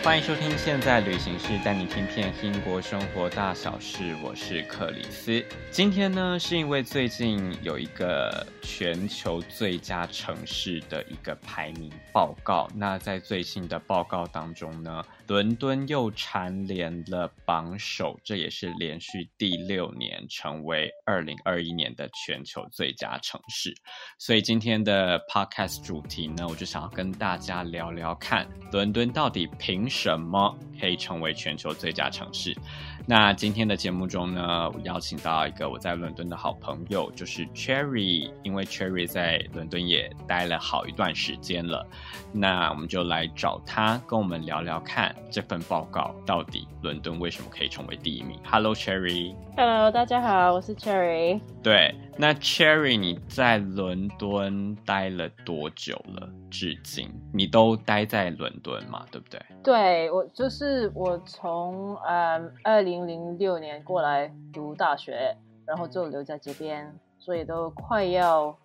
欢迎收听现在旅行室，带你听遍英国生活大小事，我是克里斯。今天呢，是因为最近有一个全球最佳城市的一个排名报告，那在最新的报告当中呢，伦敦又蝉联了榜首，这也是连续第6年成为2021年的全球最佳城市。所以今天的 podcast 主题呢，我就想要跟大家聊聊看，伦敦到底凭什么可以成为全球最佳城市。那今天的节目中呢，我邀请到一个我在伦敦的好朋友，就是 Cherry， 因为 Cherry 在伦敦也待了好一段时间了，那我们就来找他跟我们聊聊看这份报告到底伦敦为什么可以成为第1名。 Hello Cherry。 Hello， 大家好，我是 Cherry。 对，那 Cherry 你在伦敦待了多久了？至今你都待在伦敦嘛，对不对？ 对，我从2006年过来读大学，然后就留在这边，所以都快要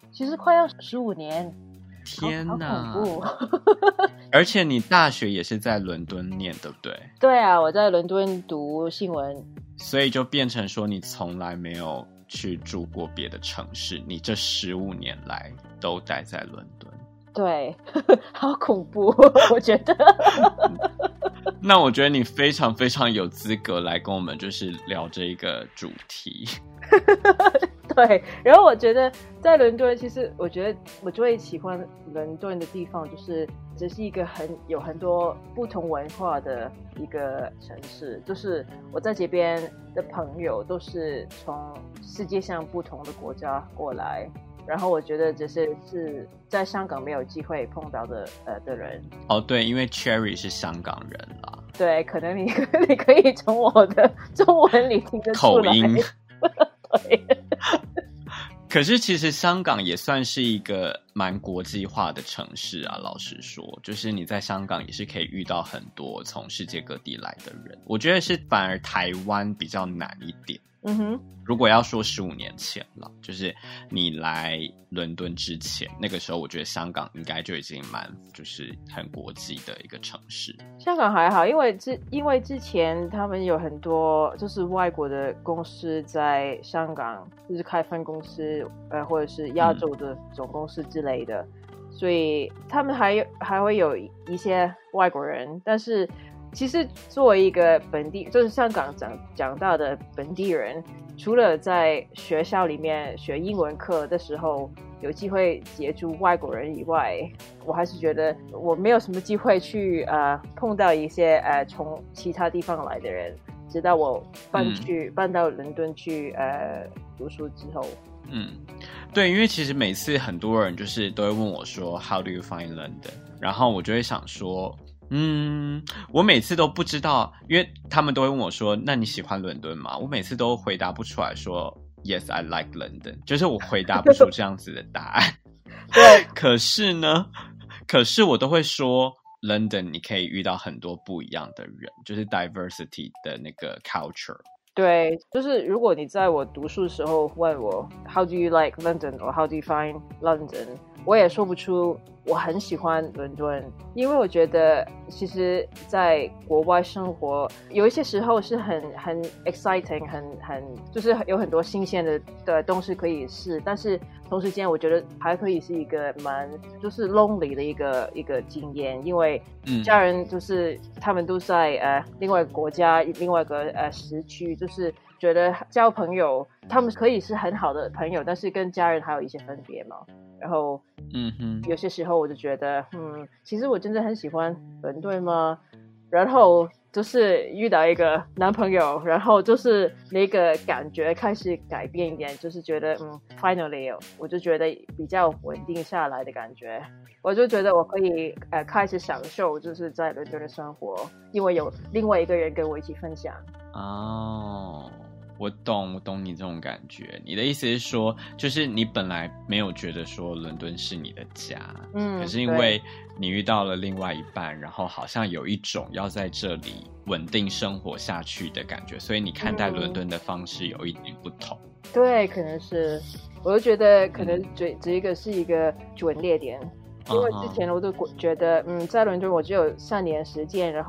15年。 天哪， 好恐怖而且你大学也是在伦敦念，对不对？ 对啊，我在伦敦读新闻， 所以就变成说你从来没有去住过别的城市，你这15年来都待在伦敦。 对好恐怖我觉得那我觉得你非常非常有资格来跟我们就是聊这一个主题对，然后我觉得在伦敦，其实我觉得我最喜欢伦敦的地方就是这是一个有很多不同文化的一个城市，就是我在这边的朋友都是从世界上不同的国家过来，然后我觉得这些是在香港没有机会碰到的人。 哦，对，因为 Cherry 是香港人啦。 对，可能你可以从我的中文里听得出来口音对可是其实香港也算是一个蛮国际化的城市啊，老实说，就是你在香港也是可以遇到很多从世界各地来的人。我觉得是反而台湾比较难一点。 嗯哼， 如果要说15年前了，就是你来伦敦之前，那个时候我觉得香港应该就已经就是很国际的一个城市。 香港还好，因为之前他们有很多就是外国的公司在香港，就是开分公司，或者是亚洲的总公司之类的，所以他们还会有一些外国人，但是其实作为一个本地，就是香港长大的本地人，除了在学校里面学英文课的时候有机会接触外国人以外，我还是觉得我没有什么机会去碰到一些从其他地方来的人，直到我搬到伦敦去读书之后。 对，因为其实每次很多人就是都会问我说 How do you find London？ 然后我就会想说我每次都不知道，因为他们都会问我说那你喜欢伦敦吗？我每次都回答不出来说 Yes, I like London， 就是我回答不出这样子的答案对可是我都会说 London 你可以遇到很多不一样的人，就是 diversity 的那个 culture。 对，就是如果你在我读书的时候问我 How do you like London or How do you find London， 我也说不出我很喜欢伦敦，因为我觉得其实在国外生活有一些时候是很 exciting， 很就是有很多新鲜的东西可以试，但是同时间我觉得还可以是一个蛮就是 lonely 的一个经验，因为家人就是他们都在另外一个国家，另外一个时区，就是觉得交朋友他们可以是很好的朋友，但是跟家人还有一些分别嘛。然后有些时候我就觉得其实我真的很喜欢伦敦吗？然后就是遇到一个男朋友，然后就是那个感觉开始改变一点，就是觉得finally 我就觉得比较稳定下来的感觉，我就觉得我可以开始享受就是在伦敦的生活，因为有另外一个人跟我一起分享。 哦，我懂你这种感觉。你的意思是说，就是你本来没有觉得说伦敦是你的家，可是因为你遇到了另外一半，然后好像有一种要在这里稳定生活下去的感觉，所以你看待伦敦的方式有一点不同。 对，可能是，我就觉得可能这一个是一个转捩点。因为之前我都觉得在伦敦我只有3年时间，然后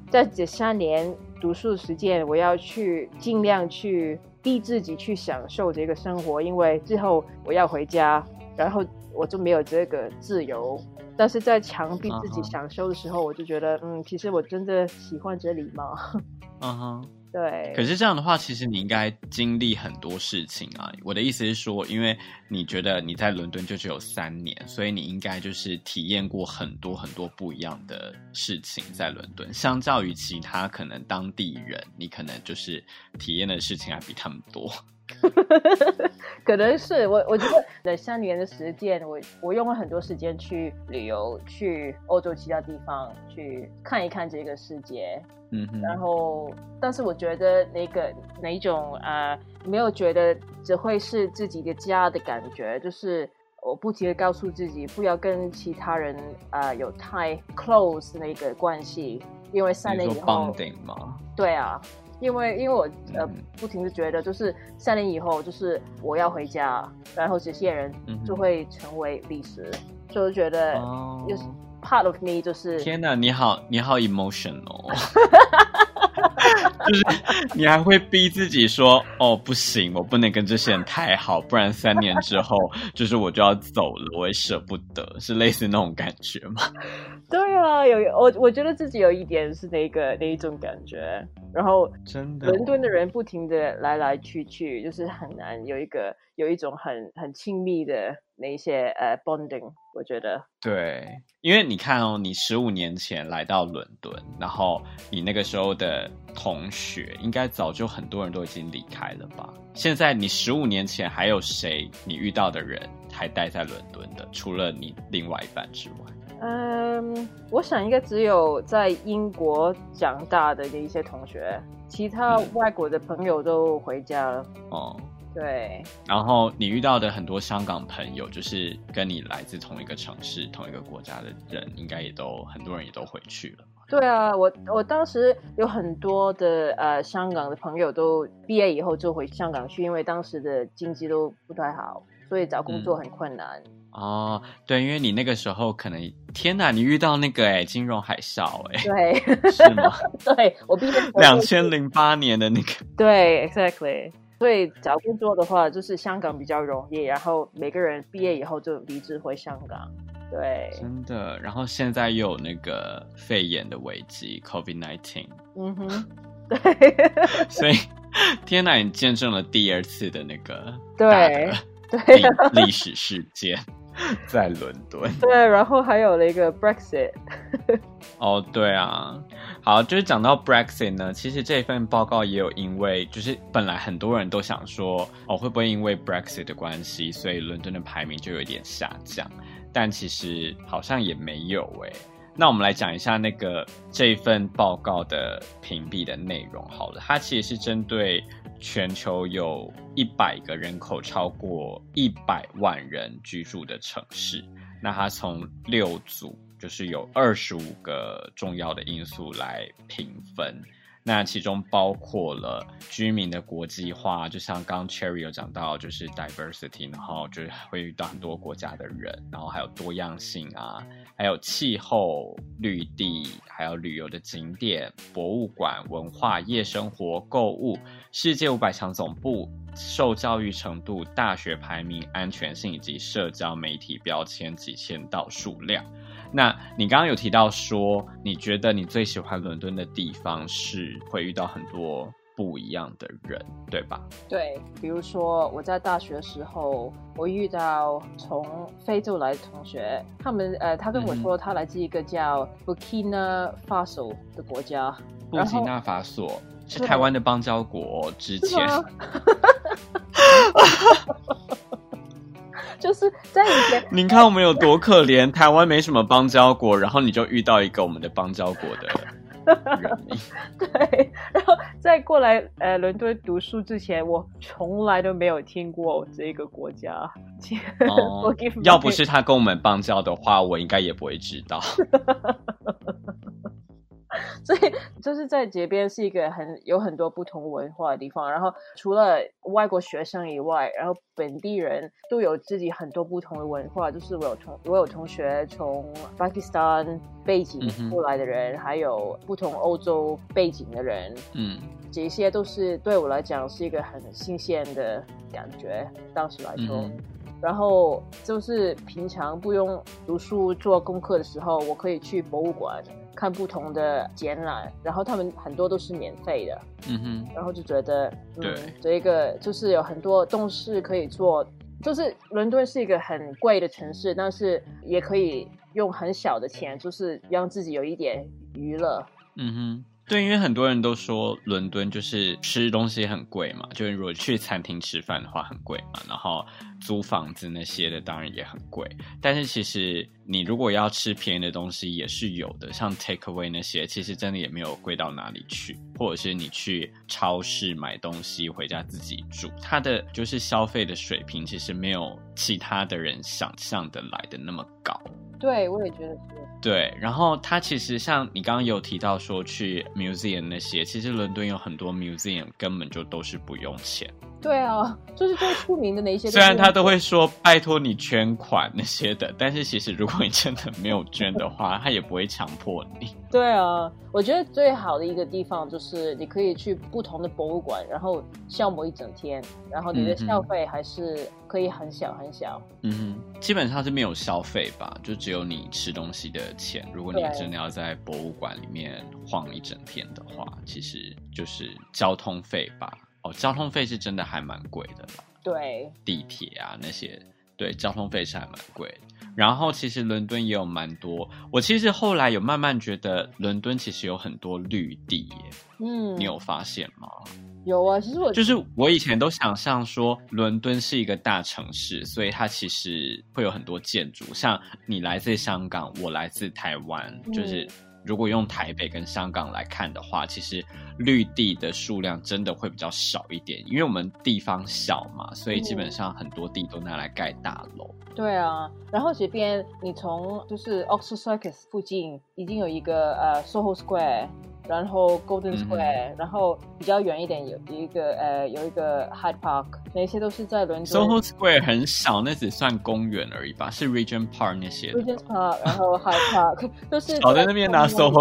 在这3年读书时间，我要去尽量去逼自己去享受这个生活，因为之后我要回家，然后我就没有这个自由。但是在强逼自己享受的时候，我就觉得其实我真的喜欢这里吗？对。 可是这样的话，其实你应该经历很多事情啊。我的意思是说，因为你觉得你在伦敦就只有3年，所以你应该就是体验过很多很多不一样的事情在伦敦。相较于其他可能当地人，你可能就是体验的事情还比他们多。 可能是我觉得那3年的时间，我用了很多时间去旅游，去欧洲其他地方去看一看这个世界。然后但是我觉得那一种没有觉得只会是自己的家的感觉，就是我不停地告诉自己不要跟其他人有太 close 的那个关系，因为3年以后 bonding 吗？对啊，因为我不停地觉得就是3年以后就是我要回家，然后这些人就会成为历史，就觉得就是part of me 就是天哪，你好 emotional 就是你还会逼自己说不行，我不能跟这些人太好，不然3年之后就是我就要走了，我也舍不得，是类似那种感觉吗？ 对啊，我觉得自己有一点是那一种感觉，然后真的伦敦的人不停的来来去去，就是很难有一种很亲密的那些bonding， 我觉得。 对，因为你看你15年前来到伦敦，然后你那个时候的同学应该早就很多人都已经离开了吧？现在你15年前还有谁你遇到的人还待在伦敦的，除了你另外一半之外？ 我想应该只有在英国长大的一些同学，其他外国的朋友都回家了。对。然后你遇到的很多香港朋友，就是跟你来自同一个城市、同一个国家的人，应该很多人也都回去了。 对啊，我当时有很多的香港的朋友都毕业以后就回香港去，因为当时的经济都不太好，所以找工作很困难。 对，因为你那个时候可能，天哪，你遇到那个金融海啸对， 是吗？ 对，我毕业 2008年的那个， 对 ，exactly。所以找工作的话，就是香港比较容易，然后每个人毕业以后就离职回香港。对， 真的。然后现在又有那个肺炎的危机 ，COVID-19。 对。 所以，天哪，你见证了第2次的那个对历史事件在伦敦。 对，然后还有那个 Brexit。 对啊。好，就是讲到 Brexit 呢，其实这份报告也有因为就是本来很多人都想说会不会因为 Brexit 的关系，所以伦敦的排名就有点下降，但其实好像也没有那我们来讲一下这份报告的评比的内容好了。它其实是针对全球有100个人口超过100万人居住的城市，那它从6组就是有25个重要的因素来评分，那其中包括了居民的国际化，就像刚刚 Cherry 有讲到，就是 diversity， 然后就是会遇到很多国家的人，然后还有多样性啊，还有气候、绿地，还有旅游的景点、博物馆、文化、夜生活、购物、世界500强总部、受教育程度、大学排名、安全性以及社交媒体标签及签到数量。那你刚刚有提到说，你觉得你最喜欢伦敦的地方是会遇到很多不一样的人，对吧？ 对，比如说我在大学的时候，我遇到从非洲来的同学，他跟我说他来自一个叫 Burkina Faso 的国家。 布基纳法索是台湾的邦交国之前。 就是在以前， 您看我们有多可怜，台湾没什么邦交国，然后你就遇到一个我们的邦交国的人民。 对，然后在过来伦敦读书之前，我从来都没有听过这个国家。 要不是他跟我们邦交的话，我应该也不会知道。 所以就是在这边是一个有很多不同文化的地方，然后除了外国学生以外，然后本地人都有自己很多不同的文化，就是我有同学从巴基斯坦背景过来的人，还有不同欧洲背景的人，这些都是对我来讲是一个很新鲜的感觉，当时来说。然后就是平常不用读书做功课的时候，我可以去博物馆看不同的展览，然后他们很多都是免费的，然后就觉得这个就是有很多东西可以做，就是伦敦是一个很贵的城市，但是也可以用很小的钱，就是让自己有一点娱乐。 对，因为很多人都说伦敦就是吃东西很贵嘛，就是如果去餐厅吃饭的话很贵嘛，然后租房子那些的当然也很贵，但是其实你如果要吃便宜的东西也是有的，像 take away 那些其实真的也没有贵到哪里去，或者是你去超市买东西回家自己煮，它的就是消费的水平其实没有其他的人想象的来的那么高。 对，我也觉得是。 对，然后它其实像你刚刚有提到说去 museum 那些，其实伦敦有很多 museum 根本就都是不用钱。 对啊，就是最出名的那些， 虽然他都会说拜托你捐款那些的，但是其实如果你真的没有捐的话，他也不会强迫你。 对啊，我觉得最好的一个地方就是你可以去不同的博物馆，然后消磨一整天，然后你的消费还是可以很小很小。 基本上是没有消费吧，就只有你吃东西的钱。如果你真的要在博物馆里面晃一整天的话，其实就是交通费吧。交通费是真的还蛮贵的啦。 对， 地铁啊那些，对，交通费是还蛮贵的。然后其实伦敦也有蛮多，我其实后来有慢慢觉得伦敦其实有很多绿地耶。你有发现吗？ 有啊，其实我以前都想象说伦敦是一个大城市，所以它其实会有很多建筑，像你来自香港，我来自台湾，就是如果用台北跟香港来看的话，其实绿地的数量真的会比较少一点，因为我们地方小嘛，所以基本上很多地都拿来盖大楼。 对啊，然后这边你从就是 Oxford Circus 附近已经有一个Soho Square， 然后 Golden Square，然后比较远一点有一个 Hyde Park， 那些都是在伦敦。 Soho Square 很小，那只算公园而已吧，是 Regent Park 那些的。 Regent Park， 然后 Hyde Park 都是少在那边拿 Soho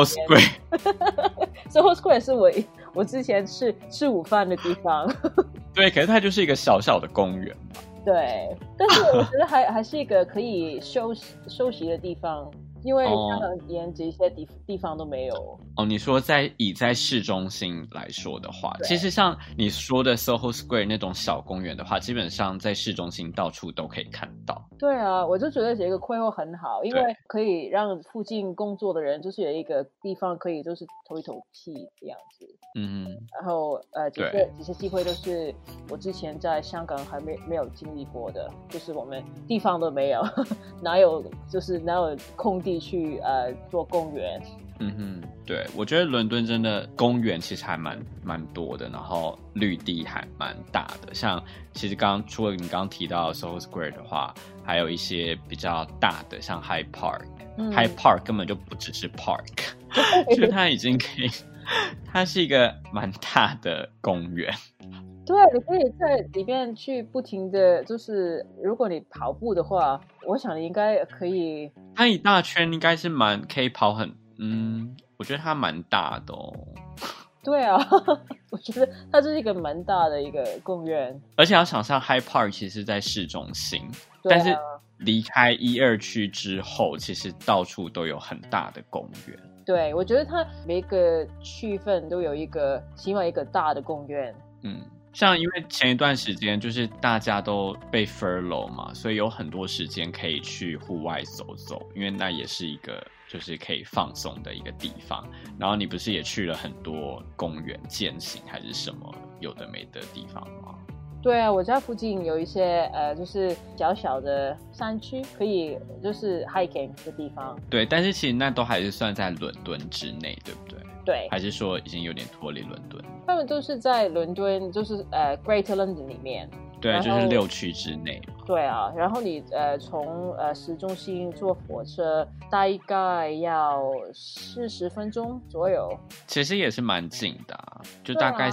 Square。Soho Square 是我之前吃午饭的地方。 对，可是它就是一个小小的公园嘛。 对，但是我觉得还是一个可以休息的地方，因为香港连这些地方都没有。 你说以在市中心来说的话，其实像你说的 Soho Square 那种小公园的话，基本上在市中心到处都可以看到。 对啊，我就觉得这个规划很好，因为可以让附近工作的人就是有一个地方可以就是透一透气这样子。然后这些机会都是我之前在香港还没有经历过的，就是我们地方都没有，哪有空地去做公园。 对，我觉得伦敦真的公园其实还蛮多的，然后绿地还蛮大的。像其实除了你刚刚提到 Soho Square 的话，还有一些比较大的，像 Hyde Park。Hyde Park 根本就不只是 park， 就是它已经可以，它是一个蛮大的公园。 对，你可以在里面去不停的，就是如果你跑步的话，我想你应该可以。 它一大圈应该是可以跑我觉得它蛮大的哦。 对啊，我觉得它就是一个蛮大的一个公园， 而且要想象 Hyde Park 其实在市中心，但是离开1、2区之后，其实到处都有很大的公园。 对，我觉得它每个区份都有起码一个大的公园。 像因为前一段时间就是大家都被 furlough 嘛，所以有很多时间可以去户外走走，因为那也是一个就是可以放松的一个地方。然后你不是也去了很多公园健行还是什么有的没的地方吗？ 对啊，我家附近有一些就是小小的山区，可以就是 hiking 的地方。 对，但是其实那都还是算在伦敦之内，对不对？ 对， 还是说已经有点脱离伦敦？ 他们都是在伦敦，就是Greater London 里面。 对，就是6区之内嘛。 对啊，然后你从市中心坐火车大概要40分钟左右， 其实也是蛮近的啊，就大概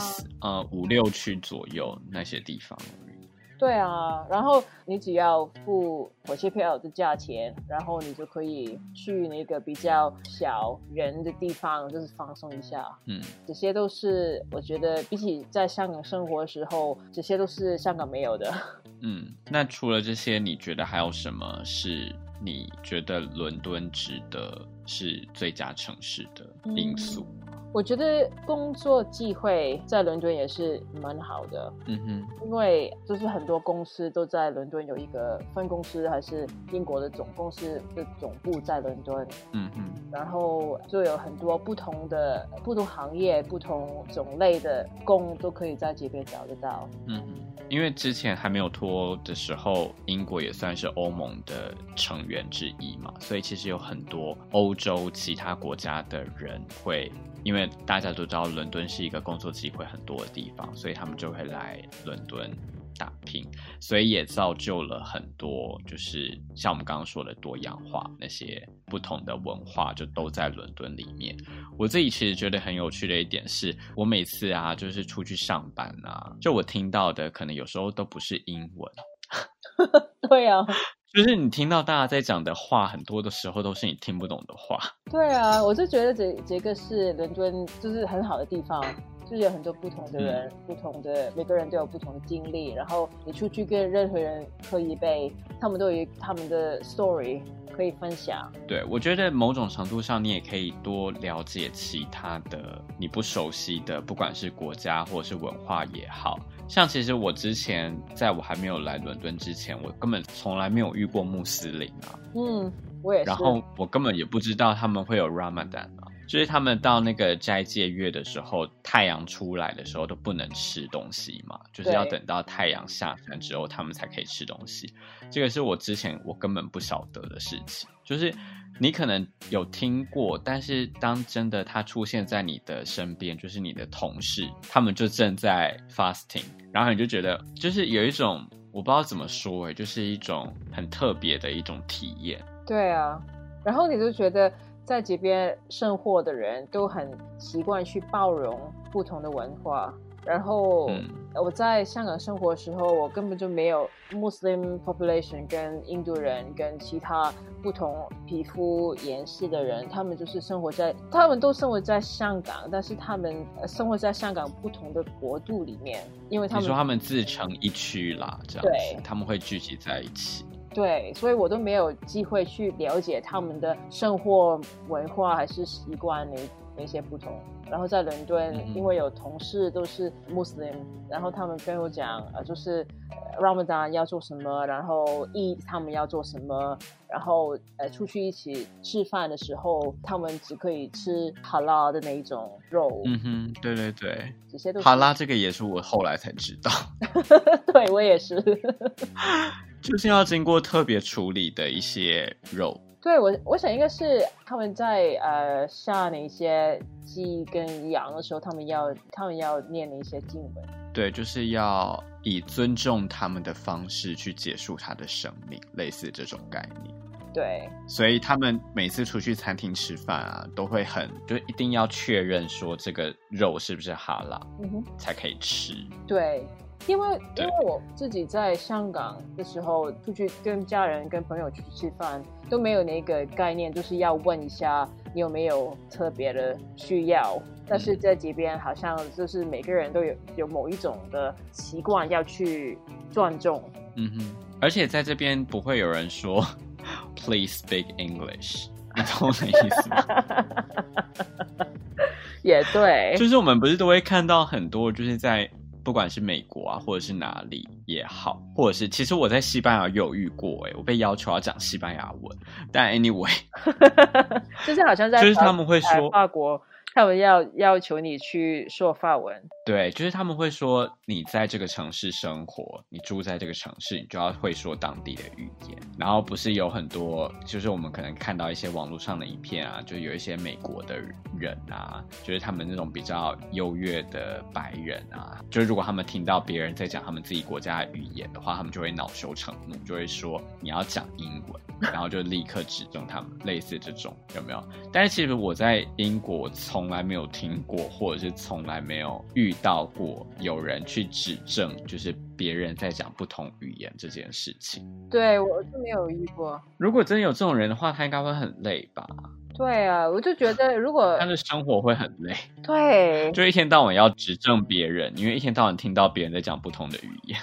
5-6区左右那些地方而已。 对啊，然后你只要付火车票的价钱，然后你就可以去那个比较小人的地方，就是放松一下。这些都是我觉得比起在香港生活的时候，这些都是香港没有的。 那除了这些，你觉得还有什么是你觉得伦敦值得是最佳城市的因素？ 我觉得工作机会在伦敦也是蛮好的，因为就是很多公司都在伦敦有一个分公司，还是英国的总公司的总部在伦敦，然后就有很多不同行业、不同种类的工都可以在这边找得到。 因为之前还没有脱的时候，英国也算是欧盟的成员之一嘛，所以其实有很多欧洲其他国家的人会，因为大家都知道伦敦是一个工作机会很多的地方，所以他们就会来伦敦打拼，所以也造就了很多就是像我们刚刚说的多样化，那些不同的文化就都在伦敦里面。我自己其实觉得很有趣的一点是，我每次啊就是出去上班啊，就我听到的可能有时候都不是英文。 对啊， 就是你听到大家在讲的话，很多的时候都是你听不懂的话。 对啊，我就觉得这个是伦敦就是很好的地方，就是有很多不同的人，不同的每个人都有不同的经历，然后你出去跟任何人可以他们都有他们的 story 可以分享。对， 我觉得某种程度上你也可以多了解其他的你不熟悉的，不管是国家或是文化也好。像其实我之前在我还没有来伦敦之前，我根本从来没有遇过穆斯林啊。 我也是。 然后我根本也不知道他们会有 Ramadan 啊，就是他们到那个斋戒月的时候，太阳出来的时候都不能吃东西嘛，就是要等到太阳下山之后他们才可以吃东西。这个是我之前我根本不晓得的事情，就是你可能有听过，但是当真的他出现在你的身边，就是你的同事，他们就正在 fasting， 然后你就觉得就是有一种我不知道怎么说就是一种很特别的一种体验。 对啊，然后你就觉得在这边生活的人都很习惯去包容不同的文化，然后我在香港生活的时候，我根本就没有 Muslim population 跟印度人跟其他不同皮肤颜色的人，他们都生活在香港，但是他们生活在香港不同的国度里面，因为他们你说他们自成一区啦，这样子他们会聚集在一起。 对，所以我都没有机会去了解他们的生活文化还是习惯那些不同。然后在伦敦，因为有同事都是 Muslim， 然后他们跟我讲就是 Ramadan 要做什么，然后Eid 他们要做什么，然后出去一起吃饭的时候，他们只可以吃哈拉的那一种肉。 对对对， 这些都是哈拉，这个也是我后来才知道。 对，我也是。 就是要经过特别处理的一些肉。 对，我想应该是他们在杀那些鸡跟羊的时候，他们要念那些经文。对， 就是要以尊重他们的方式去结束他的生命，类似这种概念。 对， 所以他们每次出去餐厅吃饭啊，都会就一定要确认说这个肉是不是哈拉，才可以吃。 对。因为我自己在香港的时候，出去跟家人跟朋友去吃饭都没有那个概念，就是要问一下你有没有特别的需要。但是在这边好像就是每个人都有某一种的习惯要去尊重。 而且在这边不会有人说 Please speak English， 你懂我的意思吗？ 也对， 就是我们不是都会看到很多就是在不管是美国啊，或者是哪里也好，或者是其实我在西班牙有遇过我被要求要讲西班牙文，但 anyway 就是好像在就是他们会说法国他们要求你去说法文。 对，就是他们会说你在这个城市生活，你住在这个城市，你就要会说当地的语言。然后不是有很多，就是我们可能看到一些网络上的影片啊，就有一些美国的人啊，就是他们那种比较优越的白人啊，就是如果他们听到别人在讲他们自己国家的语言的话，他们就会恼羞成怒，就会说你要讲英文，然后就立刻指正他们，类似这种有没有？但是其实我在英国我从来没有听过，或者是从来没有遇到过有人去指正，就是别人在讲不同语言这件事情。 对，我是没有遇过。 如果真的有这种人的话，他应该会很累吧？ 对啊，我就觉得如果他的生活会很累。 对， 就一天到晚要指正别人，因为一天到晚听到别人在讲不同的语言。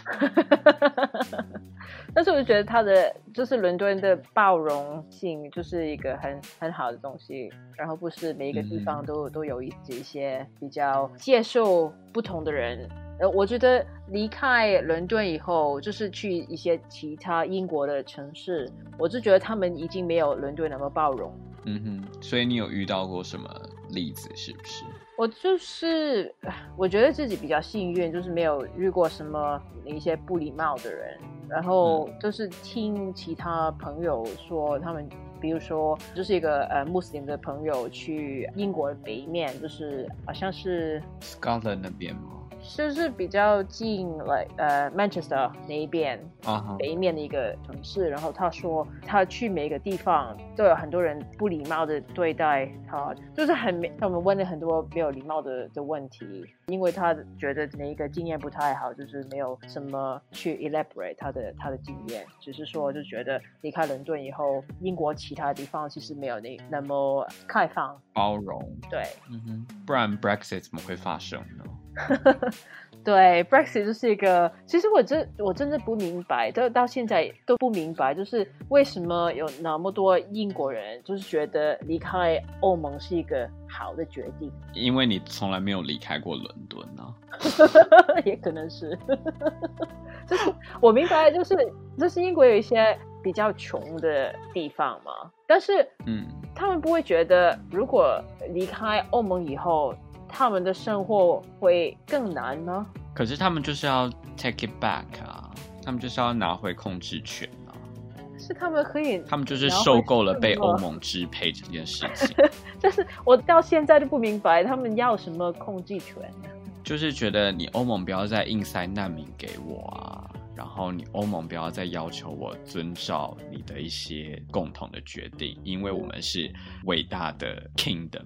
但是我就觉得他的就是伦敦的包容性就是一个很好的东西，然后不是每一个地方都有一些比较接受不同的人。我觉得离开伦敦以后，就是去一些其他英国的城市，我就觉得他们已经没有伦敦那么包容。 所以你有遇到过什么例子是不是？ 我觉得自己比较幸运，就是没有遇过什么一些不礼貌的人，然后就是听其他朋友说他们比如说就是一个穆斯林的朋友去英国北面，就是好像是 Scotland 那边吗？ 就是比较近Manchester 那一边北面的一个城市，然后他说他去每个地方都有很多人不礼貌的对待他，就是他们问了很多没有礼貌的问题，因为他觉得那一个经验不太好，就是没有什么去 elaborate 他的经验，只是说就觉得离开伦敦以后，英国其他地方其实没有那么开放包容。 对， 不然 Brexit 怎么会发生呢？ 对 Brexit 就是一个，其实我真的不明白，到现在都不明白，就是为什么有那么多英国人就是觉得离开欧盟是一个好的决定。 因为你从来没有离开过伦敦啊。 也可能是就是我明白，就是英国有一些比较穷的地方嘛，但是他们不会觉得如果离开欧盟以后他们的生活会更难吗？ 可是他们就是要 take it back 啊，他们就是要拿回控制权啊。 是他们可以， 他们就是受够了被欧盟支配这件事情。 就是我到现在都不明白他们要什么控制权。 就是觉得你欧盟不要再硬塞难民给我啊，然后你欧盟不要再要求我遵照你的一些共同的决定，因为我们是伟大的 kingdom。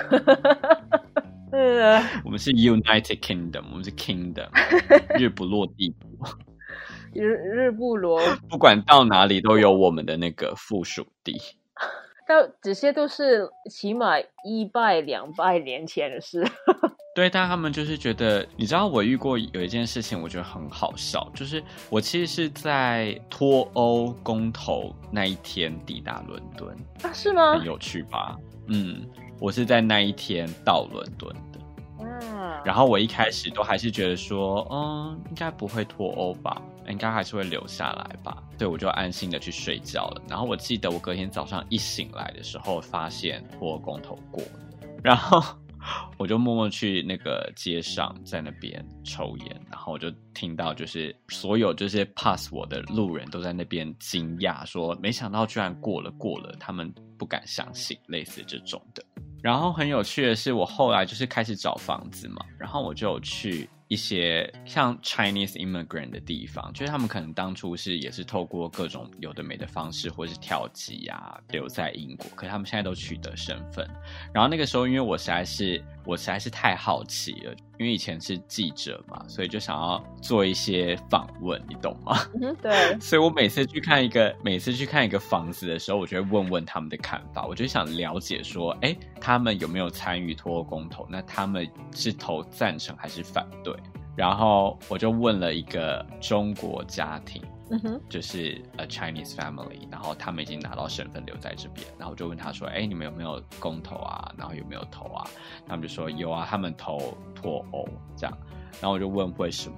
我们是 United Kingdom， 我们是 Kingdom， 日不落帝国。 日不落， 不管到哪里都有我们的那个附属地。 但这些都是起码100、200年前的事。 对，但他们就是觉得，你知道我遇过有一件事情，我觉得很好笑，就是我其实是在脱欧公投那一天抵达伦敦啊，是吗？ 很有趣吧？我是在那一天到伦敦的。然后我一开始都还是觉得说，应该不会脱欧吧，应该还是会留下来吧，所以我就安心的去睡觉了。然后我记得我隔天早上一醒来的时候，发现脱欧公投过了，然后我就默默去那个街上，在那边抽烟，然后我就听到就是所有就是 pass 我的路人都在那边惊讶说，没想到居然过了，他们不敢相信，类似这种的。然后很有趣的是，我后来就是开始找房子嘛，然后我就有去一些像 Chinese immigrant 的地方，就是他们可能当初也是透过各种有的没的方式，或是跳级啊留在英国，可是他们现在都取得身份。然后那个时候因为我实在是太好奇了，因为以前是记者嘛，所以就想要做一些访问，你懂吗？ 对。 所以我每次去看一个房子的时候，我就会问他们的看法，我就想了解说，他们有没有参与脱欧公投？那他们是投赞成还是反对？然后我就问了一个中国家庭，就是 a Chinese family， 然后他们已经拿到身份留在这边，然后我就问他说，你们有没有公投啊？然后有没有投啊？他们就说有啊，他们投脱欧这样。然后我就问为什么，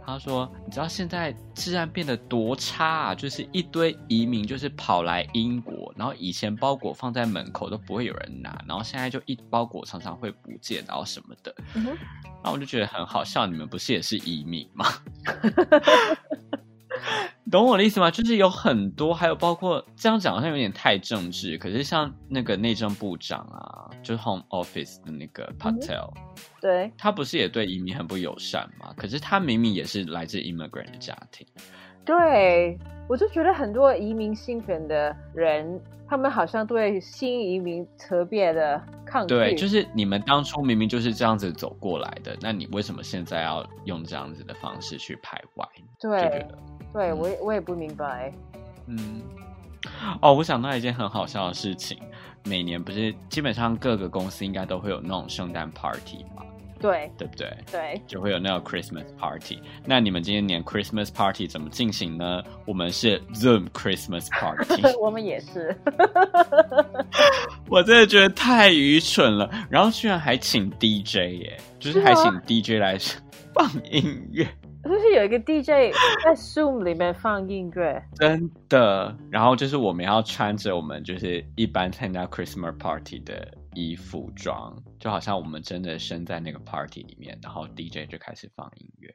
他说你知道现在治安变得多差啊，就是一堆移民就是跑来英国，然后以前包裹放在门口都不会有人拿，然后现在就一包裹常常会不见然后什么的。然后我就觉得很好笑，你们不是也是移民吗？懂我的意思吗？就是有很多，还有包括这样讲好像有点太政治，可是像那个内政部长啊，就是 Home Office 的那个 Patel， 对， 他不是也对移民很不友善吗？可是他明明也是来自 immigrant 的家庭。 对，我就觉得很多移民兴奋的人，他们好像对新移民特别的抗拒。 对，就是你们当初明明就是这样子走过来的，那你为什么现在要用这样子的方式去排外？ 对， 就觉得对，我也不明白。 哦，我想到一件很好笑的事情，每年不是基本上各个公司应该都会有那种圣诞 party 吗？ 对， 对不对？ 对， 就会有那种 Christmas party。那你们今年 Christmas party 怎么进行呢？我们是 Zoom Christmas party 。 我们也是。 我真的觉得太愚蠢了，然后居然还请 DJ 耶，就是还请 DJ 来放音乐。 就是有一个 DJ 在 Zoom 里面放音乐， 真的。然后就是我们要穿着我们就是一般参加 Christmas party 的衣服装，就好像我们真的身在那个 party 里面，然后 DJ 就开始放音乐。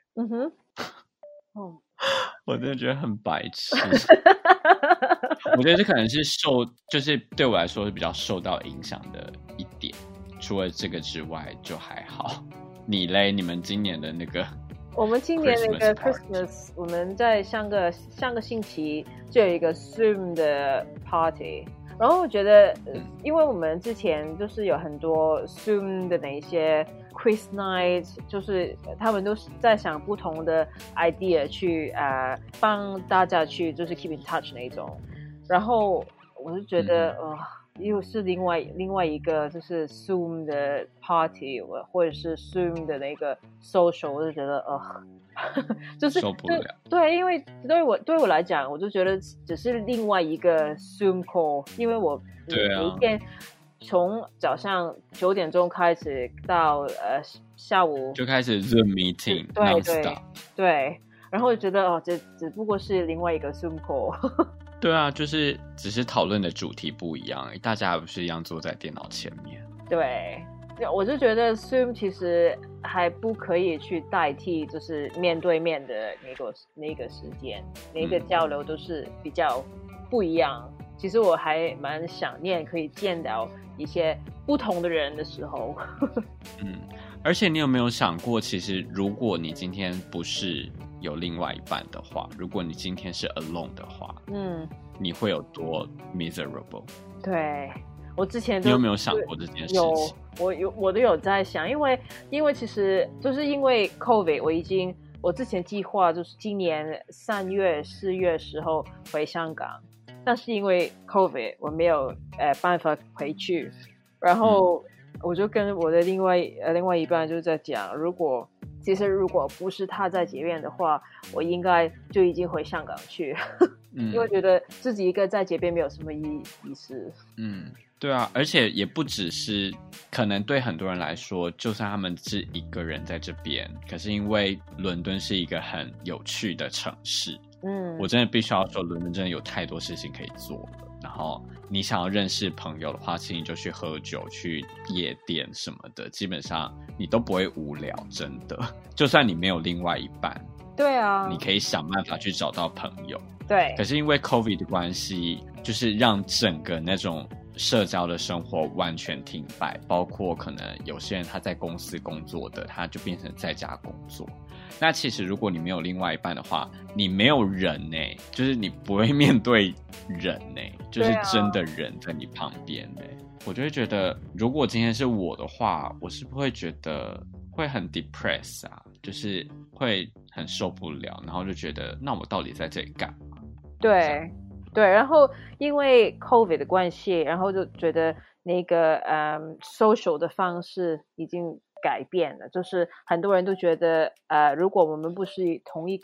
我真的觉得很白痴。我觉得这可能是就是对我来说是比较受到影响的一点。除了这个之外就还好。你嘞？你们今年的那个？ 我们今年那个 Christmas， 我们在上个星期就有一个 Zoom 的 party， 然后我觉得，因为我们之前就是有很多 Zoom 的那些 quiz night， 就是他们都是在想不同的 idea 去帮大家去就是 keep in touch 那种，然后我就觉得又是另外一个就是 Zoom 的 party， 或者是 Zoom 的那个 social， 我就觉得就是受不了。 对，因为对我来讲，我就觉得只是另外一个 Zoom call， 因为我每一天从早上9点钟开始到下午就开始 Zoom meeting， 对，然后我觉得这只不过是另外一个 Zoom call。 对啊，就是只是讨论的主题不一样，大家还不是一样坐在电脑前面。 对，我就觉得 Zoom 其实还不可以去代替，就是面对面的那个时间，那个交流都是比较不一样。其实我还蛮想念可以见到一些不同的人的时候。 而且你有没有想过，其实如果你今天不是有另外一半的话，如果你今天是 alone 的话，你会有多 miserable？ 对，我之前你有没有想过这件事情？ 我都有在想，因为其实就是因为 COVID， 我之前计划就是今年3月4月时候回香港，但是因为 COVID 我没有办法回去，然后我就跟我的另外一半就在讲，如果不是他在捷边的话，我应该就已经回香港去。因为觉得自己一个在捷边没有什么意思。 对啊，而且也不只是，可能对很多人来说，就算他们是一个人在这边，可是因为伦敦是一个很有趣的城市，我真的必须要说，伦敦真的有太多事情可以做了。然后你想要认识朋友的话，其实你就去喝酒、去夜店什么的，基本上你都不会无聊，真的。就算你没有另外一半， 对啊， 你可以想办法去找到朋友。 对， 可是因为 COVID 的关系，就是让整个那种社交的生活完全停摆，包括可能有些人他在公司工作的，他就变成在家工作。那其实如果你没有另外一半的话，你没有人就是你不会面对人就是真的人在你旁边我就会觉得，如果今天是我的话，我是不会觉得会很 depress 啊，就是会很受不了，然后就觉得那我到底在这里干嘛？ 对，然后因为 COVID 的关系，然后就觉得那个social 的方式已经改变了，就是很多人都觉得如果我们不是同一个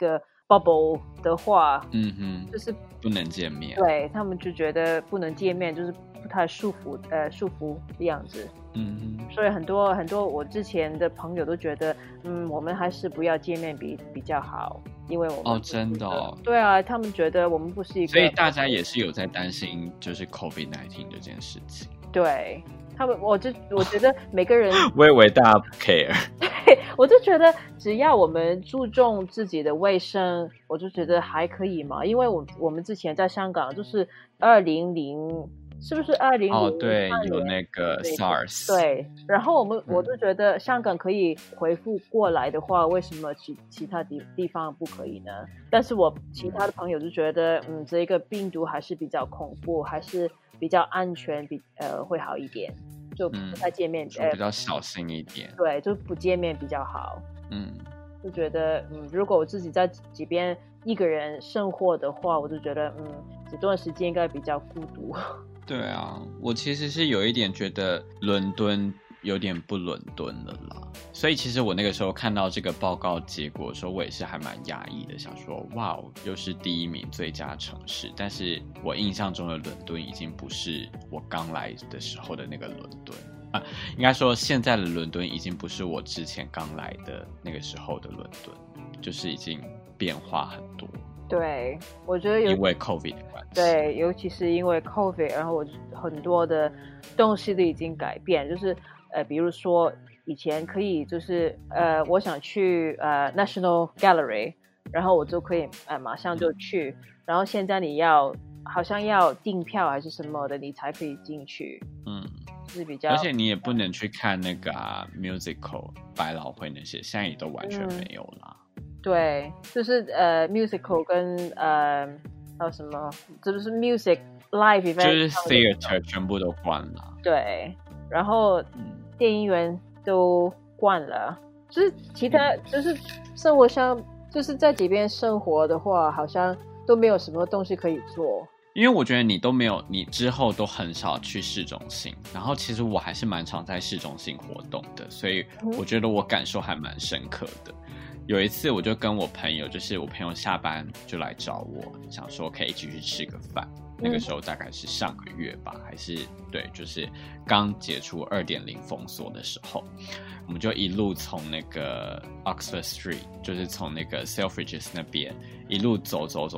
bubble 的话，就是不能见面， 对他们就觉得不能见面，就是不太束缚的样子。所以很多我之前的朋友都觉得，我们还是不要见面比较好，因为我们真的哦， 对啊，他们觉得我们不是一个， 所以大家也是有在担心，就是 COVID-19 这件事情。 对他们，我觉得每个人， 我以为大家不 care， 对，我就觉得只要我们注重自己的卫生，我就觉得还可以嘛，因为我们之前在香港就是是不是2000？ 对，有那个 SARS。 对，然后我就觉得香港可以恢复过来的话，为什么其他地方不可以呢？但是我其他的朋友就觉得，这个病毒还是比较恐怖，还是比较安全，会好一点，就不太见面， 比较小心一点。 对，就不见面比较好。就觉得如果我自己在这边一个人生活的话，我就觉得这段时间应该比较孤独。 对啊，我其实是有一点觉得伦敦有点不伦敦了啦，所以其实我那个时候看到这个报告结果的时候，我也是还蛮压抑的，想说哇，又是第1名最佳城市，但是我印象中的伦敦已经不是我刚来的时候的那个伦敦啊，应该说现在的伦敦已经不是我之前刚来的那个时候的伦敦，就是已经变化很多。 对，我觉得因为 COVID 的关系， 对，尤其是因为 COVID， 然后很多的东西都已经改变，就是比如说以前可以就是我想去National Gallery， 然后我就可以马上就去，然后现在你好像要订票还是什么的，你才可以进去。就是比较， 而且你也不能去看那个musical 百老汇那些，现在也都完全没有啦。 对，就是musical 跟还有什么，这就是 music live event， 就是 theater 全部都关了。 对，然后电影院都关了，就是其他就是生活上，就是在这边生活的话，好像都没有什么东西可以做。 因为我觉得你都没有，你之后都很少去市中心，然后其实我还是蛮常在市中心活动的，所以我觉得我感受还蛮深刻的。有一次我就跟我朋友，就是我朋友下班就来找我，想说可以一起去吃个饭。那个时候大概是上个月吧，还是对，就是刚解除2.0封锁的时候，我们就一路从那个 Oxford Street， 就是从那个 Selfridges 那边一路走到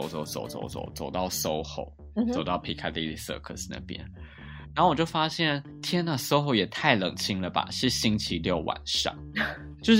SOHO， 走到 Piccadilly Circus 那边，然后我就发现，天哪 ，SOHO 也太冷清了吧！是星期六晚上，就是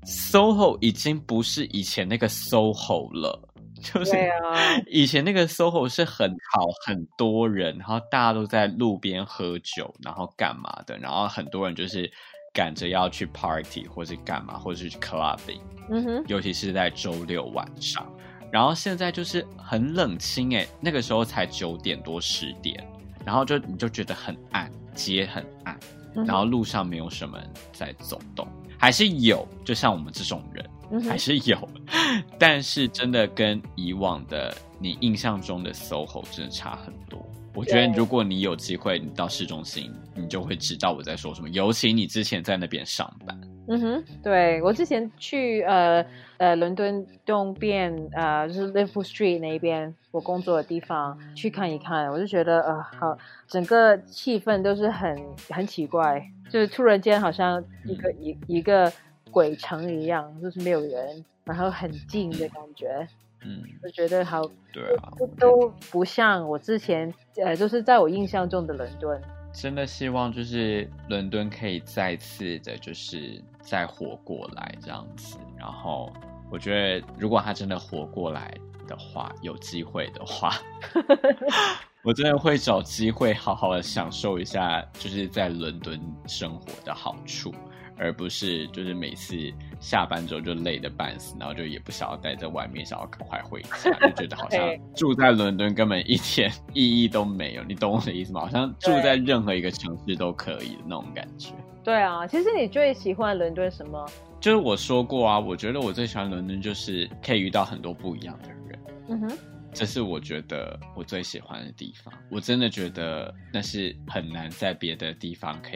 SOHO 已经不是以前那个 SOHO 了。就是以前那个 SOHO 是很好，很多人，然后大家都在路边喝酒，然后干嘛的，然后很多人就是赶着要去 party 或是干嘛，或是去 clubbing，尤其是在周六晚上。然后现在就是很冷清那个时候才9点多10点，然后你就觉得很暗，街很暗，然后路上没有什么人在走动，还是有，就像我们这种人。还是有，但是真的跟以往的你印象中的 SOHO 真的差很多。我觉得如果你有机会你到市中心，你就会知道我在说什么，尤其你之前在那边上班。 对，我之前去伦敦东边就是 Liverpool Street 那边我工作的地方去看一看，我就觉得好，整个气氛都是很奇怪，就是突然间好像一个鬼城一样，就是没有人，然后很静的感觉。就觉得好， 对啊， 都不像我之前就是在我印象中的伦敦。 真的希望就是伦敦可以再次的，就是再活过来这样子。然后我觉得，如果他真的活过来的话，有机会的话，我真的会找机会好好的享受一下，就是在伦敦生活的好处。而不是就是每次下班之后就累得半死，然后就也不想要待在外面，想要赶快回家，就觉得好像住在伦敦根本一点意义都没有，你懂我的意思吗？好像住在任何一个城市都可以的那种感觉。 对啊，其实你最喜欢伦敦什么？ 就是我说过啊，我觉得我最喜欢伦敦就是可以遇到很多不一样的人。这是我觉得我最喜欢的地方，我真的觉得那是很难在别的地方可以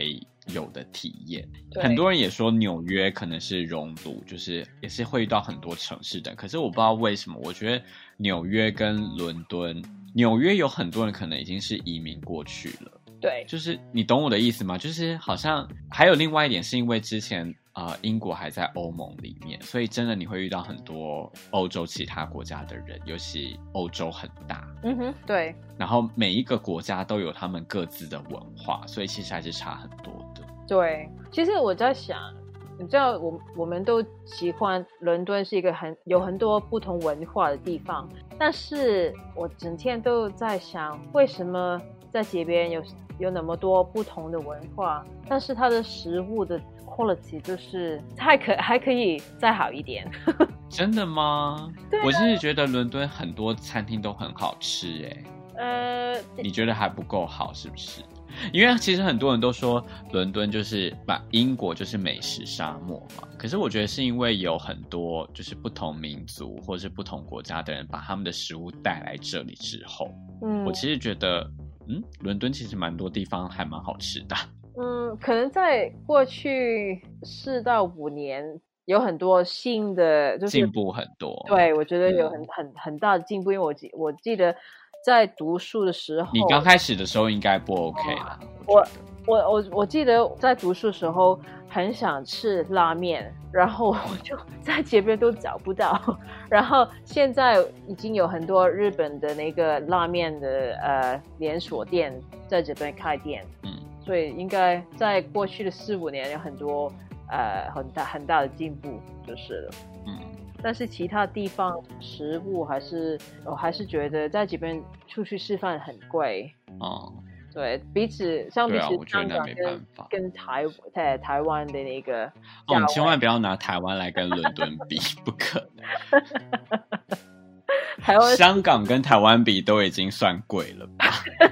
有的体验。 对， 很多人也说纽约可能是熔炉，就是也是会遇到很多城市的，可是我不知道为什么，我觉得纽约跟伦敦，纽约有很多人可能已经是移民过去了。 对， 就是你懂我的意思吗？就是好像还有另外一点，是因为之前英国还在欧盟里面，所以真的你会遇到很多欧洲其他国家的人，尤其欧洲很大， 对， 然后每一个国家都有他们各自的文化，所以其实还是差很多的。 对，其实我在想，你知道我们都喜欢伦敦是一个有很多不同文化的地方，但是我整天都在想，为什么在这边有那么多不同的文化，但是它的食物的 quality 就是还可以再好一点。 真的吗？ 对啊， 我是觉得伦敦很多餐厅都很好吃你觉得还不够好是不是？因为其实很多人都说伦敦就是英国就是美食沙漠嘛，可是我觉得是因为有很多就是不同民族或是不同国家的人把他们的食物带来这里之后，我其实觉得伦敦其实蛮多地方还蛮好吃的。 可能在过去4到5年有很多新的，就是进步很多。 对，我觉得有很大的进步，因为我记得在读书的时候， 你刚开始的时候应该不 OK 啦。 我记得在读书的时候很想吃拉面，然后我就在这边都找不到，然后现在已经有很多日本的那个拉面的连锁店在这边开店，所以应该在过去的4、5年有很多很大的进步就是了。但是其他地方食物我还是觉得在这边出去吃饭很贵。对，相比起香港跟台湾的那个你千万不要拿台湾来跟伦敦比，不可能。香港跟台湾比都已经算贵了吧？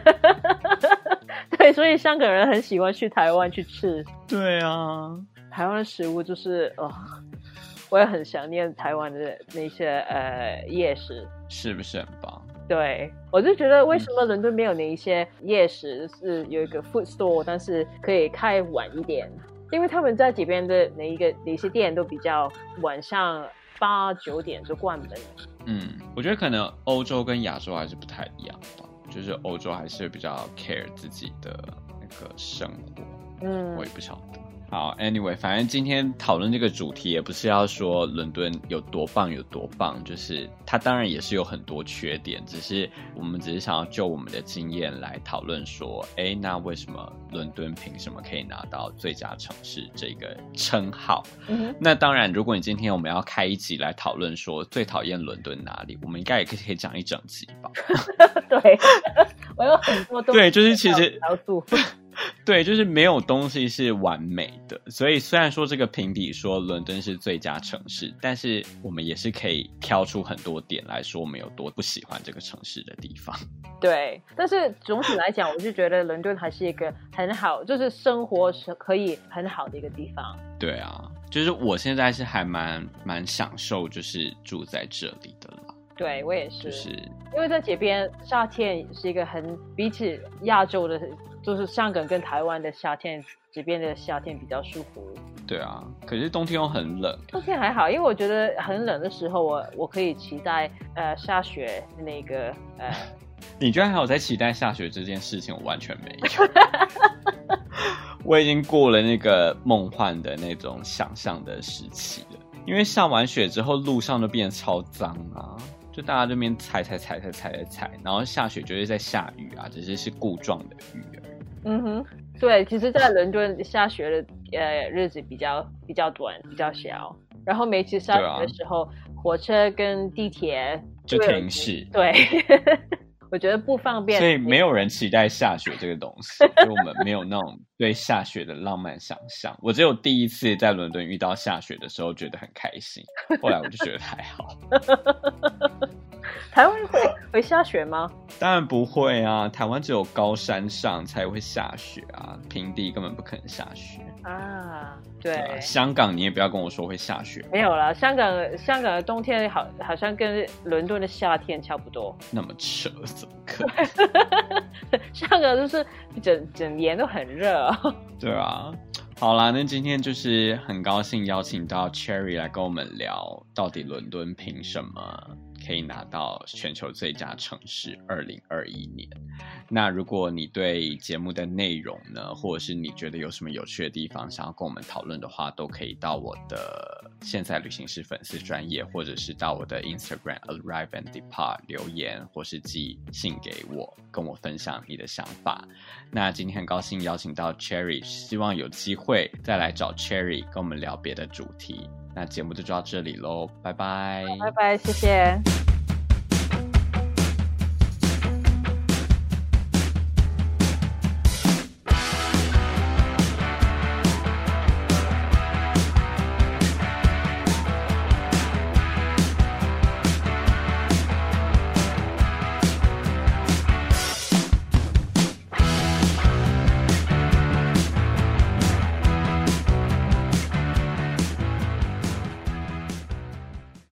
对，所以香港人很喜欢去台湾去吃。 对啊， 台湾的食物就是我也很想念台湾的那些夜市， 是不是很棒？ 对，我就觉得为什么伦敦没有那一些夜市是有一个 food store， 但是可以开晚一点，因为他们在这边的哪些店都比较晚上8、9点就关门了。 我觉得可能欧洲跟亚洲还是不太一样吧，就是欧洲还是比较 care 自己的那个生活。我也不晓得。好 ，anyway， 反正今天讨论这个主题也不是要说伦敦有多棒，就是它当然也是有很多缺点，我们只是想要就我们的经验来讨论说，那为什么伦敦凭什么可以拿到最佳城市这个称号？那当然，如果你今天我们要开一集来讨论说最讨厌伦敦哪里，我们应该也可以讲一整集吧？ 对，我有很多东西。 对，就是其实。对，就是没有东西是完美的，所以虽然说这个评比说伦敦是最佳城市，但是我们也是可以挑出很多点来说我们有多不喜欢这个城市的地方。对， 但是总体来讲，我就觉得伦敦还是一个很好，就是生活是可以很好的一个地方。 对啊，就是我现在是还蛮享受就是住在这里的啦。 对，我也是，因为在这边夏天是一个比起亚洲的，就是香港跟台湾的夏天，这边的夏天比较舒服。对啊，可是冬天又很冷。冬天还好，因为我觉得很冷的时候，我可以期待下雪那个你居然还有在期待下雪这件事情，我完全没有。我已经过了那个梦幻的那种想象的时期了，因为下完雪之后路上都变得超脏啊。就大家这边踩，然后下雪就是在下雨啊，只是固状的雨而已。对，其实在伦敦下雪的日子比较短，比较小，然后每次下雪的时候，火车跟地铁就停驶。对。我觉得不方便，所以没有人期待下雪这个东西，所以我们没有那种对下雪的浪漫想象。我只有第一次在伦敦遇到下雪的时候觉得很开心，后来我就觉得还好。台湾会下雪吗？当然不会啊，台湾只有高山上才会下雪啊，平地根本不可能下雪。 啊，对， 香港你也不要跟我说会下雪， 没有啦，香港的冬天好像跟伦敦的夏天差不多， 那么扯，怎么可能？ 香港就是整年都很热。 对啊，好啦，那今天就是很高兴邀请到 Cherry 来跟我们聊，到底伦敦凭什么可以拿到全球最佳城市2021年。那如果你对节目的内容呢，或者是你觉得有什么有趣的地方想要跟我们讨论的话，都可以到我的现在旅行社粉丝专页，或者是到我的 Instagram Arrive and Depart 留言，或是寄信给我，跟我分享你的想法。那今天很高兴邀请到 Cherry， 希望有机会再来找 Cherry 跟我们聊别的主题。那节目就到这里咯，拜拜， 拜拜，谢谢。